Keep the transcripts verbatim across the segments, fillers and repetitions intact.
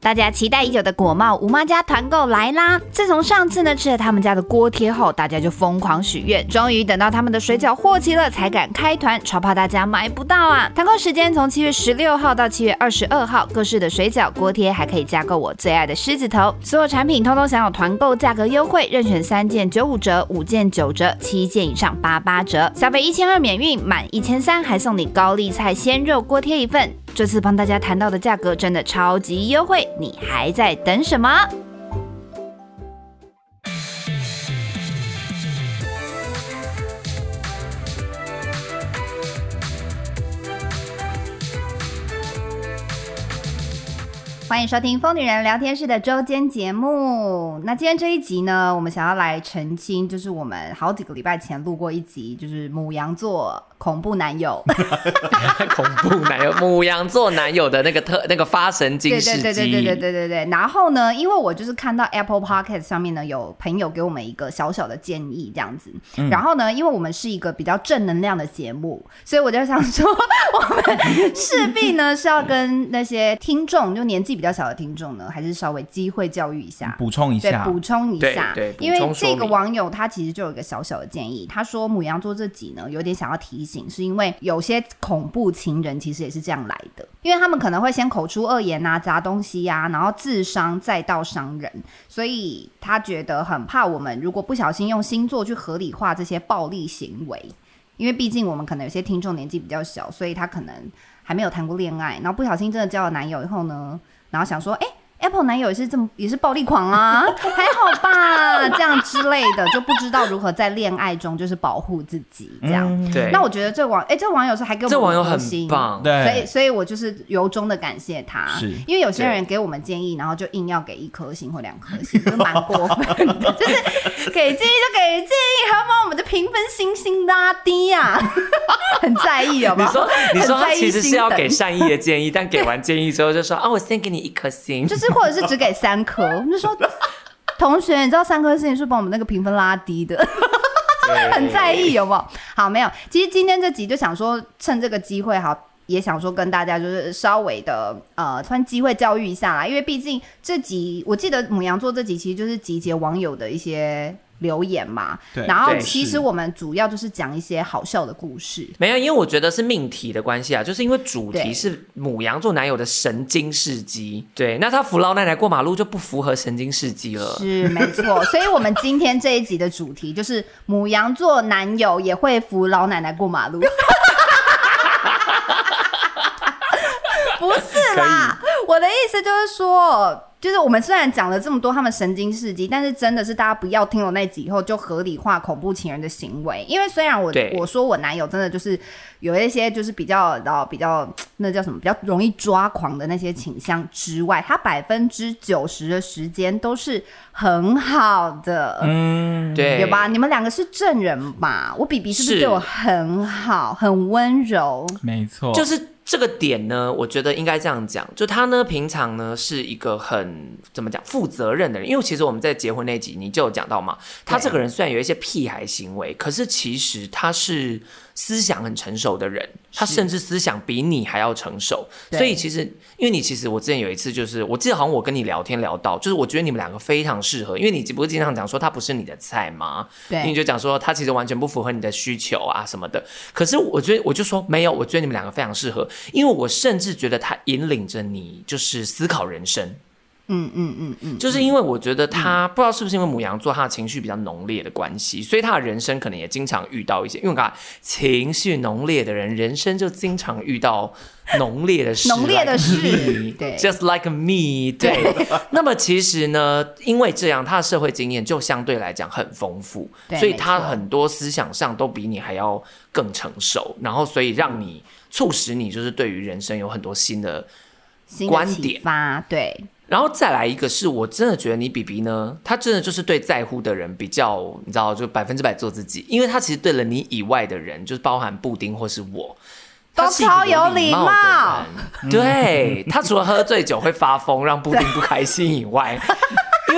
大家期待已久的果贸吴妈家团购来啦！自从上次呢吃了他们家的锅贴后，大家就疯狂许愿，终于等到他们的水饺货齐了才敢开团，超怕大家买不到啊！团购时间从七月十六号到七月二十二号，各式的水饺、锅贴还可以加购我最爱的狮子头，所有产品通通享有团购价格优惠，任选三件九五折、五件九折、七件以上八八折，消费一千二免运，满一千三还送你高丽菜鲜肉锅贴一份。这次帮大家谈到的价格真的超级优惠，你还在等什么？欢迎收听疯女人聊天室的周间节目。那今天这一集呢，我们想要来澄清，就是我们好几个礼拜前录过一集，就是牡羊座恐怖男友恐怖男友牡羊座男友的那个特那个发神经事迹。 对对对对对对对对。然后呢，因为我就是看到 Apple Podcast 上面呢有朋友给我们一个小小的建议这样子、嗯、然后呢因为我们是一个比较正能量的节目，所以我就想说我们势必呢是要跟那些听众就年纪比较小的听众呢还是稍微机会教育一下， 补充一下， 对，补充一下。 对对， 因为这个网友他其实就有一个小小的建议，他说牡羊座这集呢有点想要提醒，是因为有些恐怖情人其实也是这样来的，因为他们可能会先口出恶言啊、砸东西啊，然后自伤再到伤人，所以他觉得很怕我们如果不小心用星座去合理化这些暴力行为，因为毕竟我们可能有些听众年纪比较小，所以他可能还没有谈过恋爱，然后不小心真的交了男友以后呢，然后想说哎、欸Apple 男友也是这么也是暴力狂啊，还好吧，这样之类的，就不知道如何在恋爱中就是保护自己这样。嗯、 对。 那我觉得这网哎，这网友是还给我们这网友很棒， 对，所以所以我就是由衷的感谢他，是因为有些人给我们建议，然后就硬要给一颗星或两颗星，就蛮过分的，就是给建议就给建议，还要把我们的评分星星拉低啊，很在意好不好？ 你说你说他其实是要给善意的建议，但给完建议之后就说啊，我先给你一颗星， 就是。或者是只给三颗，我们就说同学，你知道三颗星是把我们那个评分拉低的，很在意有没有？好，没有。其实今天这集就想说，趁这个机会，好，也想说跟大家就是稍微的呃，算机会教育一下啦，因为毕竟这集我记得牡羊座这集其实就是集结网友的一些留言嘛，然后其实我们主要就是讲一些好笑的故事。 没有，因为我觉得是命题的关系啊，就是因为主题是牡羊座男友的神经事迹，对，那他扶老奶奶过马路就不符合神经事迹了， 是没错。所以我们今天这一集的主题就是牡羊座男友也会扶老奶奶过马路。不是啦，我的意思就是说，就是我们虽然讲了这么多他们神经事迹，但是真的是大家不要听了那集以后就合理化恐怖情人的行为。因为虽然我我说我男友真的就是有一些就是比较比较那叫什么比较容易抓狂的那些倾向之外，他百分之九十的时间都是很好的。嗯， 对， 有吧？你们两个是证人吧？我比比是不是对我很好，很温柔？ 没错， 就是。这个点呢，我觉得应该这样讲，就他呢平常呢是一个很怎么讲负责任的人，因为其实我们在结婚那集你就有讲到嘛，他这个人虽然有一些屁孩行为，可是其实他是思想很成熟的人，他甚至思想比你还要成熟，所以其实因为你其实我之前有一次就是我记得好像我跟你聊天聊到，就是我觉得你们两个非常适合，因为你不是经常讲说他不是你的菜吗？对，你就讲说他其实完全不符合你的需求啊什么的，可是我觉得我就说没有，我觉得你们两个非常适合。因为我甚至觉得他引领着你就是思考人生， 嗯嗯嗯嗯， 就是因为我觉得他、嗯、不知道是不是因为牡羊座他的情绪比较浓烈的关系，所以他的人生可能也经常遇到一些，因为我看情绪浓烈的人，人生就经常遇到浓烈的事， 浓烈的事， 对 ，just like me， 对。那么其实呢，因为这样，他的社会经验就相对来讲很丰富，所以他很多思想上都比你还要更成熟，然后所以让你促使你就是对于人生有很多新的观点， 对。 然后再来一个是我真的觉得你比比呢，他真的就是对在乎的人比较，你知道，就百分之百做自己，因为他其实对了你以外的人，就是包含布丁或是我。 都超有礼貌， 对，他除了喝醉酒会发疯让布丁不开心以外，因为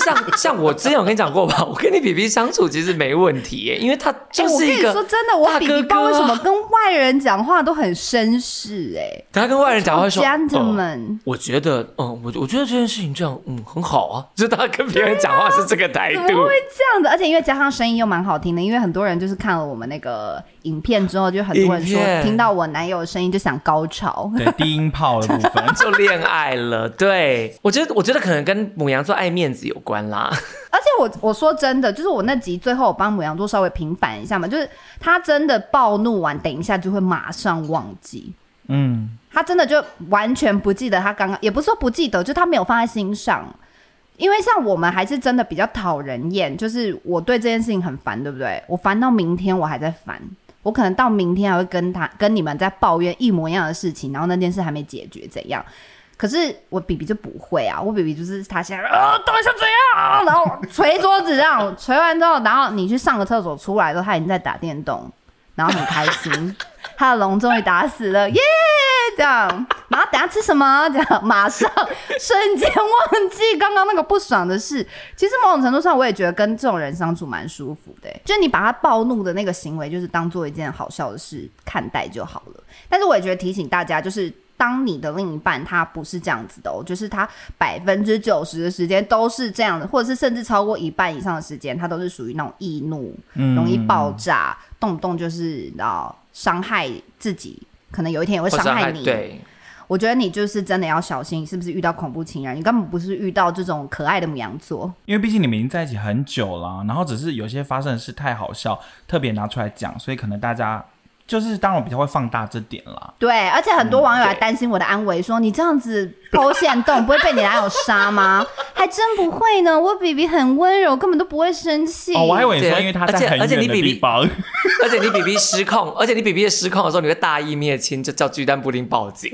像像我之前有跟你讲过吧，我跟你比比相处其实没问题耶，因为他就是一个、欸、我跟你说真的，我比比不知道为什么跟外人讲话都很绅士哎。 他跟外人讲话会说 gentleman、呃、 我觉得嗯我我觉得这件事情这样嗯很好啊，就他跟别人讲话是这个态度。 怎么会这样的？而且因为加上声音又蛮好听的，因为很多人就是看了我们那个影片之后，就很多人说听到我男友的声音就想高潮， 对低音炮的部分就恋爱了。对，我觉得我觉得可能跟牡羊座爱面子有关啦。 而且我我说真的，就是我那集最后我帮牡羊座稍微平反一下嘛，就是他真的暴怒完，等一下就会马上忘记。嗯，他真的就完全不记得他刚刚，也不是说不记得，就他没有放在心上。因为像我们还是真的比较讨人厌，就是我对这件事情很烦，对不对？我烦到明天我还在烦，我可能到明天还会跟他跟你们在抱怨一模一样的事情，然后那件事还没解决怎样。可是我比比就不会啊，我比比就是他现在啊，到底想怎样，然后捶桌子这样，捶完之后，然后你去上个厕所出来之后，他已经在打电动，然后很开心，他的龙终于打死了，耶、yeah! 这样，然后等下吃什么？这样马上瞬间忘记刚刚那个不爽的事。其实某种程度上，我也觉得跟这种人相处蛮舒服的、欸，就是你把他暴怒的那个行为，就是当做一件好笑的事看待就好了。但是我也觉得提醒大家，就是当你的另一半他不是这样子的哦，就是他百分之九十的时间都是这样的，或者是甚至超过一半以上的时间，他都是属于那种易怒、嗯、容易爆炸，动不动就是你知道伤害自己，可能有一天也会伤害你。 对， 我觉得你就是真的要小心，是不是遇到恐怖情人？你根本不是遇到这种可爱的牡羊座， 因为毕竟你们已经在一起很久了，然后只是有些发生的事太好笑，特别拿出来讲，所以可能大家。就是当然比较会放大这点啦。 对，而且很多网友还担心我的安危，说你这样子po限动不会被你男友杀吗？还真不会呢，我 B B 很温柔，根本都不会生气。 哦，我还以为你说因为他在很远的地方， 而且你 B B 失控，而且你 B B 失控的时候，你会大义灭亲，就叫巨蛋布丁报警。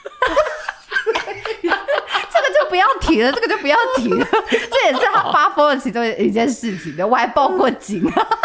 这个就不要提了，这个就不要提了，这也是他发疯的其中一件事情的，我还报过警。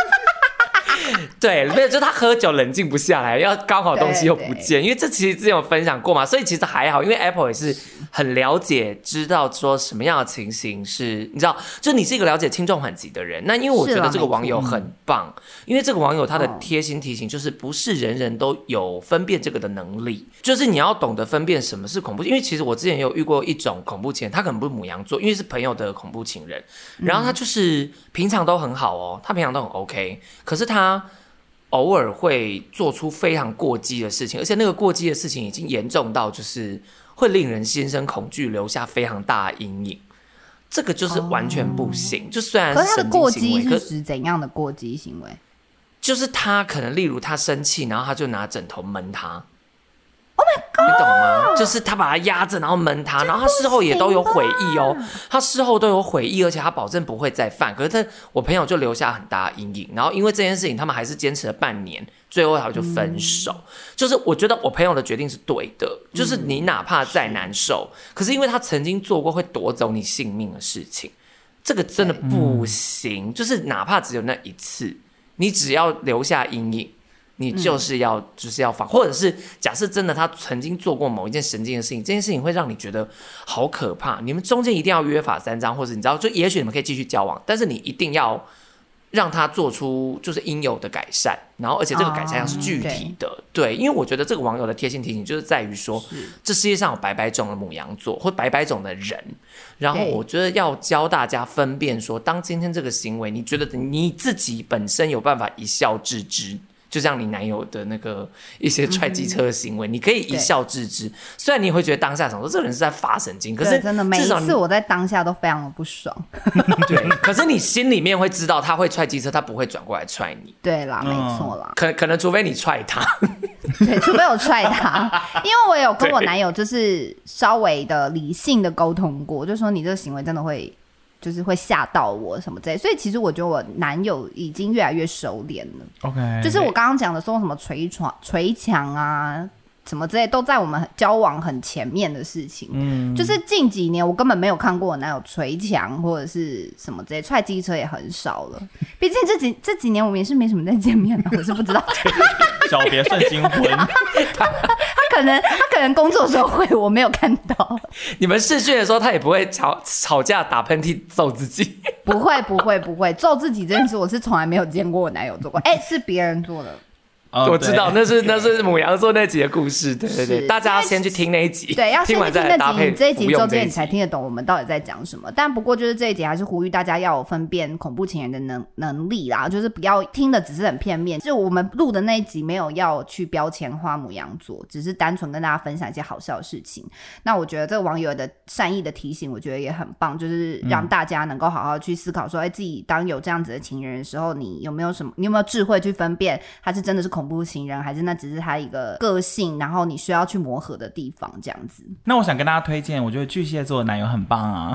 对，没有，就他喝酒冷静不下来，要刚好东西又不见，因为这其实之前有分享过嘛，所以其实还好，因为 Apple 也是很了解，知道说什么样的情形是，你知道，就你是一个了解轻重缓急的人。那因为我觉得这个网友很棒，因为这个网友他的贴心提醒就是，不是人人都有分辨这个的能力，就是你要懂得分辨什么是恐怖。因为其实我之前也有遇过一种恐怖情人，他可能不是牡羊座，因为是朋友的恐怖情人，然后他就是平常都很好哦，他平常都很 OK， 可是他偶尔会做出非常过激的事情，而且那个过激的事情已经严重到就是会令人心生恐惧，留下非常大的阴影。这个就是完全不行。哦、就虽然是神经行为， 可是他的过激是指怎样的过激行为？ 就是他可能例如他生气，然后他就拿枕头闷他。 Oh my god！ 你懂吗？就是他把他压着，然后闷他，然后他事后也都有悔意哦，他事后都有悔意，而且他保证不会再犯。可是他我朋友就留下很大的阴影，然后因为这件事情，他们还是坚持了半年，最后他们就分手。嗯、就是我觉得我朋友的决定是对的，就是你哪怕再难受，嗯、可是因为他曾经做过会夺走你性命的事情，这个真的不行。嗯、就是哪怕只有那一次，你只要留下阴影。你就是要、嗯、就是要放，或者是假设真的他曾经做过某一件神经的事情，这件事情会让你觉得好可怕，你们中间一定要约法三章，或者你知道，就也许你们可以继续交往，但是你一定要让他做出就是应有的改善，然后而且这个改善要是具体的，哦、对，因为我觉得这个网友的贴心提醒就是在于说，这世界上有百百种的牡羊座或百百种的人，然后我觉得要教大家分辨说，当今天这个行为，你觉得你自己本身有办法一笑置之。就像你男友的那个一些踹机车的行为，嗯、你可以一笑置之。虽然你会觉得当下想说这个人是在发神经，可是真的每一次我在当下都非常的不爽。 对，可是你心里面会知道他会踹机车，他不会转过来踹你。 对啦，没错啦。 可可能除非你踹他， 对，除非我踹他，因为我有跟我男友就是稍微的理性的沟通过，就说你这个行为真的会。就是会吓到我什么之类，所以其实我觉得我男友已经越来越熟练了。 OK， 就是我刚刚讲的说什么捶床、捶墙啊，什么之类，都在我们交往很前面的事情。嗯，就是近几年我根本没有看过我男友捶墙或者是什么之类，踹机车也很少了。毕竟这几这几年我们也是没什么在见面的，我是不知道。 小别胜新婚。 他他可可能他可能工作的时候会，我没有看到。 你们视讯的时候，他也不会吵吵架、打喷嚏、揍自己。 不会，不会，不会，揍自己这件事，我是从来没有见过我男友做过。哎、欸，是别人做的。 哦、 我知道那是那是母羊座那集的故事，对对对，大家要先去听那一集， 对，要先去听那集，你这一集中间你才听得懂我们到底在讲什么。但不过就是这一集还是呼吁大家要有分辨恐怖情人的能能力啦，就是不要听的只是很片面。就我们录的那一集没有要去标签化母羊座，只是单纯跟大家分享一些好笑的事情。那我觉得这个网友的善意的提醒，我觉得也很棒，就是让大家能够好好去思考说，哎、嗯，自己当有这样子的情人的时候，你有没有什么，你有没有智慧去分辨他是真的是恐怖情人，还是那只是他一个个性，然后你需要去磨合的地方，这样子。 那我想跟大家推荐，我觉得巨蟹座的男友很棒啊。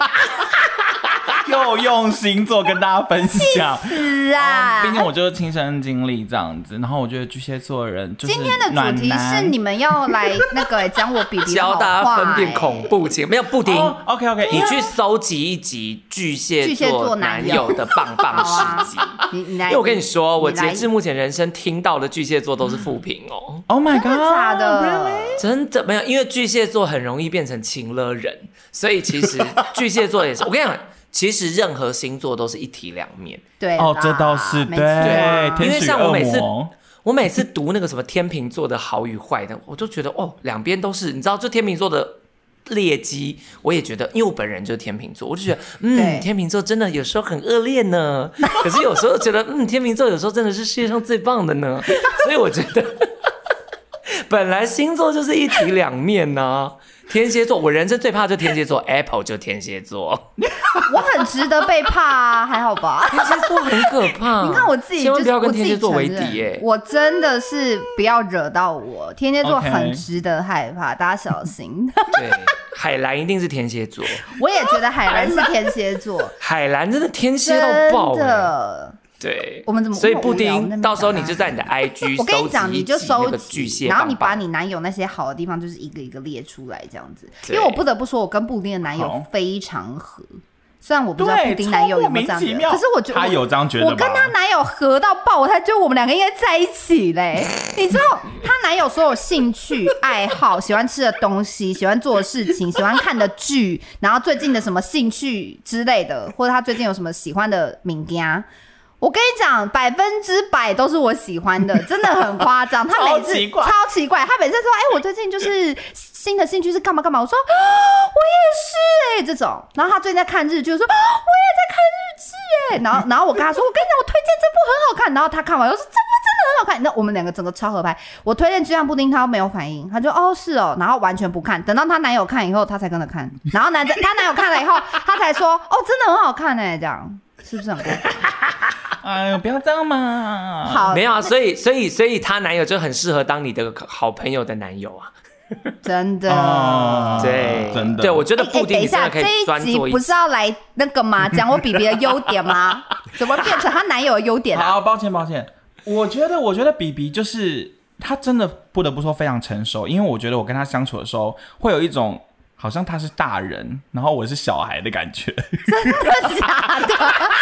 又用星座跟大家分享， 是啊， 毕竟我就是亲身经历这样子，然后我觉得巨蟹座的人就是今天的主题是你们要来那个讲我比比教大家分辨恐怖情，没有布丁、哦、 OK OK， 你去搜集一集巨蟹座男友的棒棒事迹。 你你来， 因为我跟你说，我截至目前人生听到的巨蟹座都是负评哦。 Oh my god， 真的假的？ Really? 真的没有，因为巨蟹座很容易变成情勒人，所以其实巨蟹座也是。我跟你讲。其实任何星座都是一体两面， 对哦，这倒是对， 因为像我每次我我每次读那个什么天秤座的好与坏的，我就觉得哦，两边都是，你知道，就天秤座的劣迹，我也觉得，因为我本人就是天秤座，我就觉得，嗯，天秤座真的有时候很恶劣呢，可是有时候觉得，嗯，天秤座有时候真的是世界上最棒的呢，所以我觉得，本来星座就是一体两面呢、啊。天蝎座，我人生最怕就天蝎座 ，Apple 就天蝎座。 我很值得被怕啊，还好吧？ 天蝎座很可怕， 你看我自己， 千万不要跟天蝎座为敌耶！ 我真的是不要惹到我，天蝎座很值得害怕， okay. 大家小心。 对，海兰一定是天蝎座， 我也觉得海兰是天蝎座， 海兰真的天蝎到爆了。对， 我们怎么？ 所以布丁，到时候你就在你的 I G 我跟你讲，你就收集， 然后你把你男友那些好的地方，就是一个一个列出来，这样子。因为我不得不说，我跟布丁的男友非常合。虽然我不知道布丁男友有没有这样子，可是我觉得他有这样觉得吧。 我跟他男友合到爆，我才觉得我们两个应该在一起嘞。你知道，他男友所有兴趣爱好、喜欢吃的东西、喜欢做的事情、喜欢看的剧，然后最近的什么兴趣之类的，或者他最近有什么喜欢的物件。我跟你讲，百分之百都是我喜欢的，真的很夸张。他每次超奇怪，超奇怪。他每次说：“哎、欸，我最近就是新的兴趣是干嘛干嘛。”我说：“啊、我也是哎、欸，这种。”然后他最近在看日剧，我说：“啊、我也在看日剧哎、欸。”然后，然后我跟他说：“我跟你讲，我推荐这部很好看。”然后他看完又说：“这部真的很好看。”那我们两个整个超合拍。我推荐《鸡蛋布丁》，他没有反应，他就哦是哦，然后完全不看。等到他男友看以后，他才跟着看。然后男他男友看了以后，他才说：“哦，真的很好看哎、欸。”这样是不是很过分？ 哎呦，不要这样嘛！ 好， 没有啊，所以所以所以她男友就很适合当你的好朋友的男友啊， 真的， 哦、 对， 真的， 对我觉得布丁你真的可以专做一集。这一集不是要来那个吗？讲我比比的优点吗？怎么变成她男友的优点啊？ 好，抱歉抱歉，我觉得我觉得比比就是他真的不得不说非常成熟，因为我觉得我跟他相处的时候会有一种。好像他是大人，然后我是小孩的感觉。 真的假的？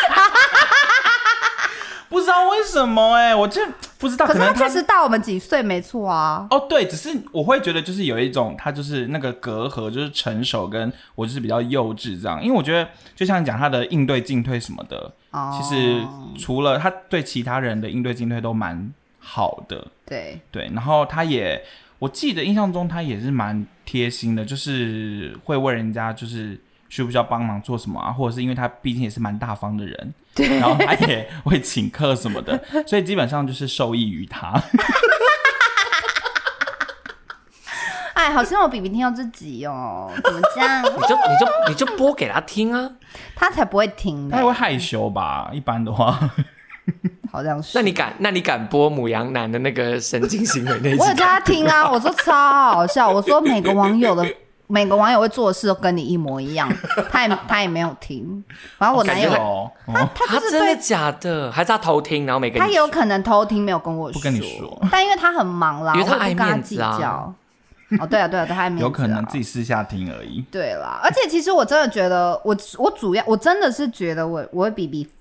不知道为什么哎、欸，我就不知道。 可是他确实大我们几岁，没错啊。 哦，对，只是我会觉得就是有一种他就是那个隔阂，就是成熟跟我就是比较幼稚这样。因为我觉得就像你讲他的应对进退什么的，哦、其实除了他对其他人的应对进退都蛮好的。 对对，然后他也。我记得印象中他也是蛮贴心的，就是会问人家就是需不需要帮忙做什么啊，或者是因为他毕竟也是蛮大方的人，然后他也会请客什么的，所以基本上就是受益于他。 哎，好像我比比听到这集哦，怎么这样？ 你就你就你就播给他听啊， 他才不会听的， 他会害羞吧？一般的话。 好像是。 那你敢？那你敢播母羊男的那个神经行为那一集？ 我有叫他听啊，我说超好笑。我说每个网友的每个网友会做的事都跟你一模一样，他也他也没有听。然后我男友， 哦、 他他就是他真的假的？还是他偷听，然后没跟你说？ 他有可能偷听，没有跟我说。 不跟你说， 但因为他很忙啦， 因为他爱我不跟他面子啊。 计较哦，对啊，对啊，他爱面子、啊， 有可能自己私下听而已。 对啦，而且其实我真的觉得，我我主要我真的是觉得我我会比比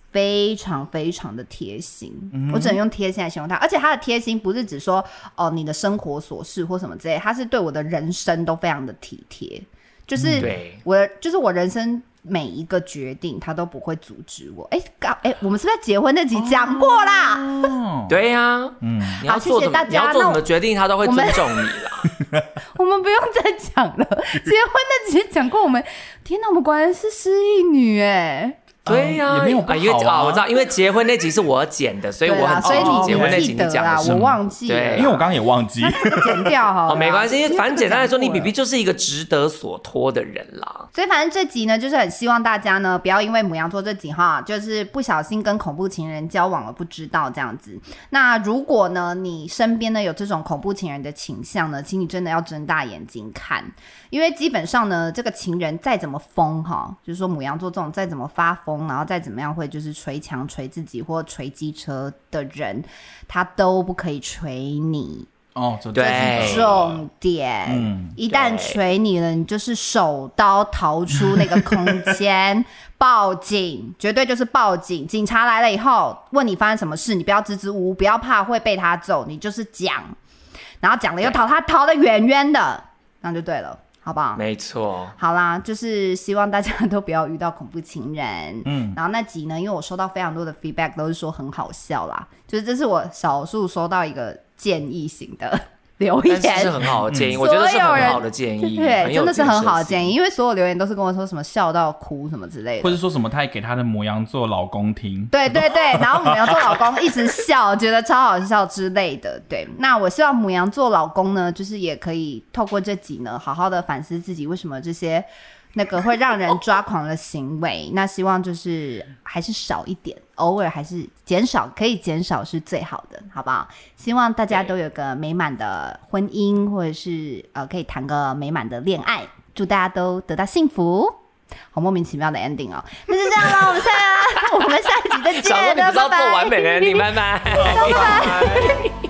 非常非常的贴心， 嗯、 我只能用贴心来形容他。而且他的贴心不是只说哦你的生活琐事或什么之类，他是对我的人生都非常的体贴，就是我、嗯、就是我人生每一个决定他都不会阻止我。哎、欸欸、我们是不是在结婚那集讲过啦？ 哦、对呀、啊，嗯，你要做谢谢大家， 你要做什么决定他都会尊重你啦。 我们不用再讲了，结婚那集讲过。我们天哪，我们果然是失忆女哎。 对呀、啊， 也没有不好啊。 因为啊，我知道，因为结婚那集是我剪的，所以我很所以你结婚那集你讲的是我忘记了， 对， 因为我刚刚也忘记， 剪掉好了。 哦，没关系，因为反正简单来说，你 B B 就是一个值得所托的人啦。 所以反正这集呢，就是很希望大家呢，不要因为牡羊座这集哈，就是不小心跟恐怖情人交往了，不知道这样子。那如果呢，你身边呢有这种恐怖情人的倾向呢，请你真的要睁大眼睛看，因为基本上呢，这个情人再怎么疯哈，就是说牡羊座这种再怎么发疯，然后再怎么样会就是捶墙捶自己或捶机车的人，他都不可以捶你。 哦，这是重点。嗯，一旦捶你了，你就是手刀逃出那个空间，报警，绝对就是报警。警察来了以后，问你发生什么事，你不要支支吾吾，不要怕会被他揍，你就是讲，然后讲了又逃，他逃得远远的，那就对了。好不好？ 没错。 好啦，就是希望大家都不要遇到恐怖情人。嗯，然后那集呢，因为我收到非常多的 feedback， 都是说很好笑啦，就是这是我少数收到一个建议型的留言， 但是是很好的建议，嗯、我觉得是很好的建议， 对，真的是很好的建议，因为所有留言都是跟我说什么笑到哭什么之类的， 或者说什么他也给他的牡羊座老公听， 对对对，然后牡羊座老公一直笑，觉得超好笑之类的。对，那我希望牡羊座老公呢，就是也可以透过这集呢，好好的反思自己为什么这些那个会让人抓狂的行为，那希望就是还是少一点，偶尔还是减少，可以减少是最好的，好不好？希望大家都有个美满的婚姻，或者是呃可以谈个美满的恋爱，祝大家都得到幸福。好莫名其妙的 ending 哦，那就这样了，我们下我们下一集再见， 想说你不知道做完美的 ending， 拜拜，拜拜。